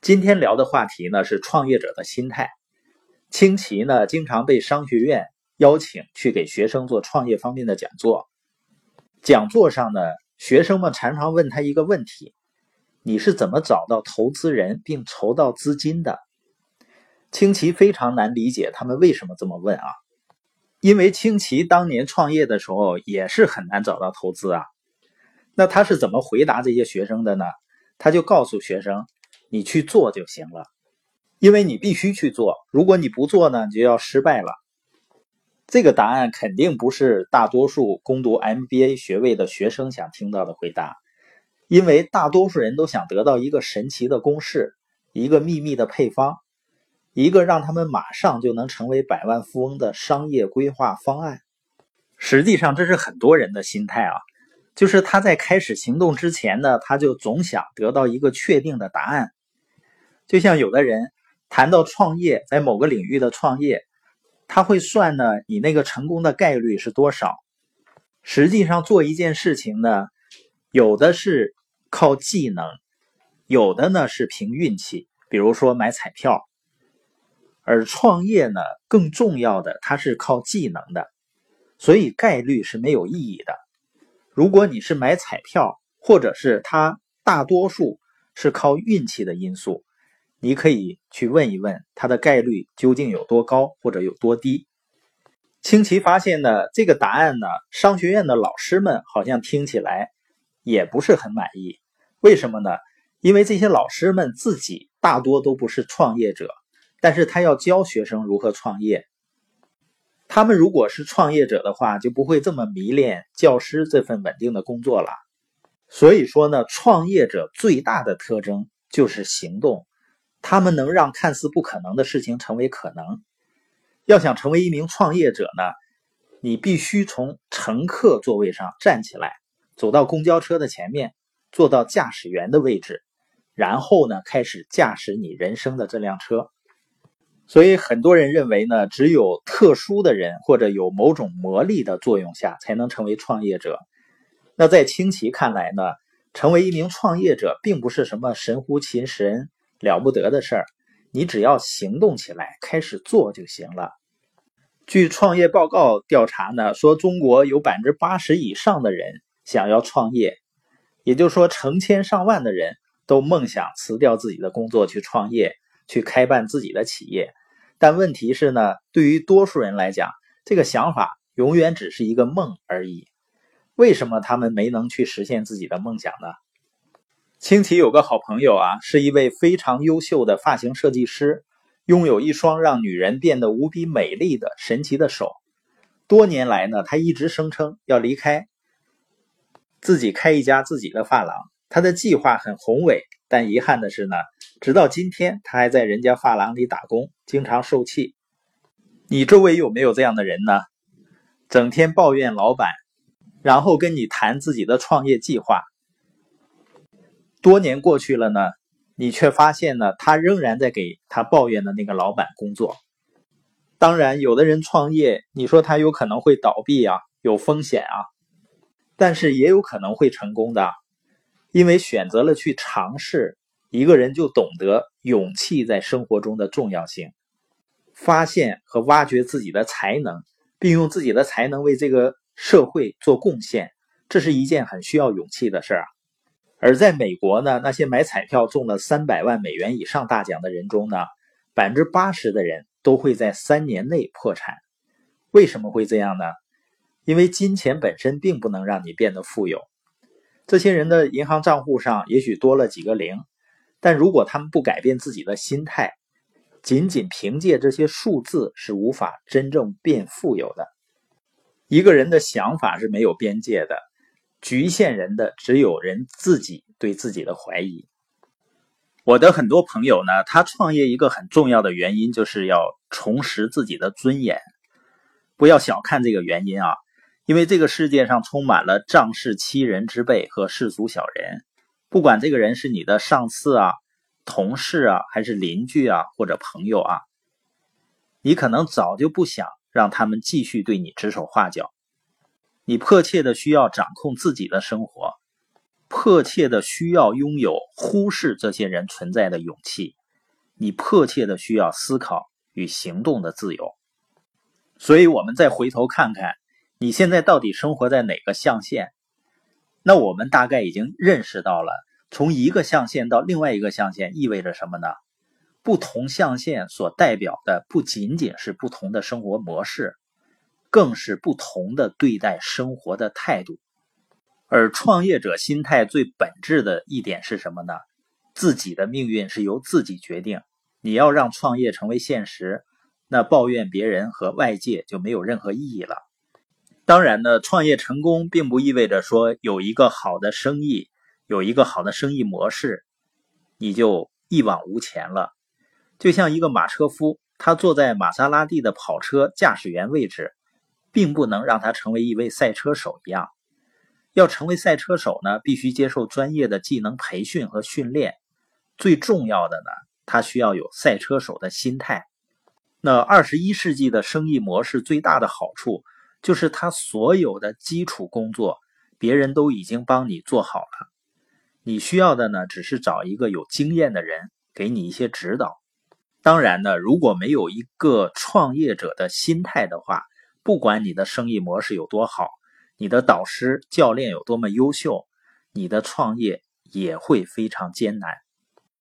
今天聊的话题呢是创业者的心态。清奇呢经常被商学院邀请去给学生做创业方面的讲座。讲座上呢，学生们常常问他一个问题：你是怎么找到投资人并筹到资金的？清奇非常难理解他们为什么这么问啊，因为清奇当年创业的时候也是很难找到投资啊。那他是怎么回答这些学生的呢？他就告诉学生，你去做就行了，因为你必须去做，如果你不做呢，你就要失败了。这个答案肯定不是大多数攻读 MBA 学位的学生想听到的回答，因为大多数人都想得到一个神奇的公式，一个秘密的配方，一个让他们马上就能成为百万富翁的商业规划方案。实际上这是很多人的心态啊，就是他在开始行动之前呢，他就总想得到一个确定的答案。就像有的人谈到创业，在某个领域的创业，他会算呢，你那个成功的概率是多少。实际上做一件事情呢，有的是靠技能，有的呢是凭运气，比如说买彩票。而创业呢，更重要的它是靠技能的，所以概率是没有意义的。如果你是买彩票，或者是它大多数是靠运气的因素，你可以去问一问它的概率究竟有多高或者有多低。清奇发现呢，这个答案呢，商学院的老师们好像听起来也不是很满意。为什么呢？因为这些老师们自己大多都不是创业者，但是他要教学生如何创业。他们如果是创业者的话，就不会这么迷恋教师这份稳定的工作了。所以说呢，创业者最大的特征就是行动，他们能让看似不可能的事情成为可能。要想成为一名创业者呢，你必须从乘客座位上站起来，走到公交车的前面，坐到驾驶员的位置，然后呢，开始驾驶你人生的这辆车。所以很多人认为呢，只有特殊的人或者有某种魔力的作用下才能成为创业者。那在清奇看来呢，成为一名创业者并不是什么神乎其神了不得的事儿，你只要行动起来，开始做就行了。据创业报告调查呢，说中国有 80% 以上的人想要创业，也就是说成千上万的人都梦想辞掉自己的工作去创业，去开办自己的企业。但问题是呢，对于多数人来讲，这个想法永远只是一个梦而已。为什么他们没能去实现自己的梦想呢？清奇有个好朋友啊，是一位非常优秀的发型设计师，拥有一双让女人变得无比美丽的神奇的手。多年来呢，他一直声称要离开，自己开一家自己的发廊。他的计划很宏伟，但遗憾的是呢，直到今天他还在人家发廊里打工，经常受气。你周围有没有这样的人呢？整天抱怨老板，然后跟你谈自己的创业计划。多年过去了呢，你却发现呢，他仍然在给他抱怨的那个老板工作。当然，有的人创业，你说他有可能会倒闭啊，有风险啊，但是也有可能会成功的。因为选择了去尝试，一个人就懂得勇气在生活中的重要性，发现和挖掘自己的才能，并用自己的才能为这个社会做贡献，这是一件很需要勇气的事啊。而在美国呢，那些买彩票中了300万美元以上大奖的人中呢，80%的人都会在3年内破产。为什么会这样呢？因为金钱本身并不能让你变得富有。这些人的银行账户上也许多了几个零，但如果他们不改变自己的心态，仅仅凭借这些数字是无法真正变富有的。一个人的想法是没有边界的，局限人的只有人自己对自己的怀疑。我的很多朋友呢，他创业一个很重要的原因就是要重拾自己的尊严。不要小看这个原因啊，因为这个世界上充满了仗势欺人之辈和世俗小人，不管这个人是你的上司啊、同事啊，还是邻居啊，或者朋友啊，你可能早就不想让他们继续对你指手画脚。你迫切的需要掌控自己的生活， 迫切的需要拥有忽视这些人存在的勇气，你迫切的需要思考与行动的自由。所以我们再回头看看，你现在到底生活在哪个象限？那我们大概已经认识到了，从一个象限到另外一个象限意味着什么呢？不同象限所代表的不仅仅是不同的生活模式，更是不同的对待生活的态度。而创业者心态最本质的一点是什么呢？自己的命运是由自己决定。你要让创业成为现实，那抱怨别人和外界就没有任何意义了。当然呢，创业成功并不意味着说有一个好的生意，有一个好的生意模式，你就一往无前了。就像一个马车夫，他坐在玛莎拉蒂的跑车驾驶员位置，并不能让他成为一位赛车手一样。要成为赛车手呢，必须接受专业的技能培训和训练。最重要的呢，他需要有赛车手的心态。那21世纪的生意模式最大的好处，就是他所有的基础工作，别人都已经帮你做好了。你需要的呢，只是找一个有经验的人，给你一些指导。当然呢，如果没有一个创业者的心态的话，不管你的生意模式有多好，你的导师、教练有多么优秀，你的创业也会非常艰难。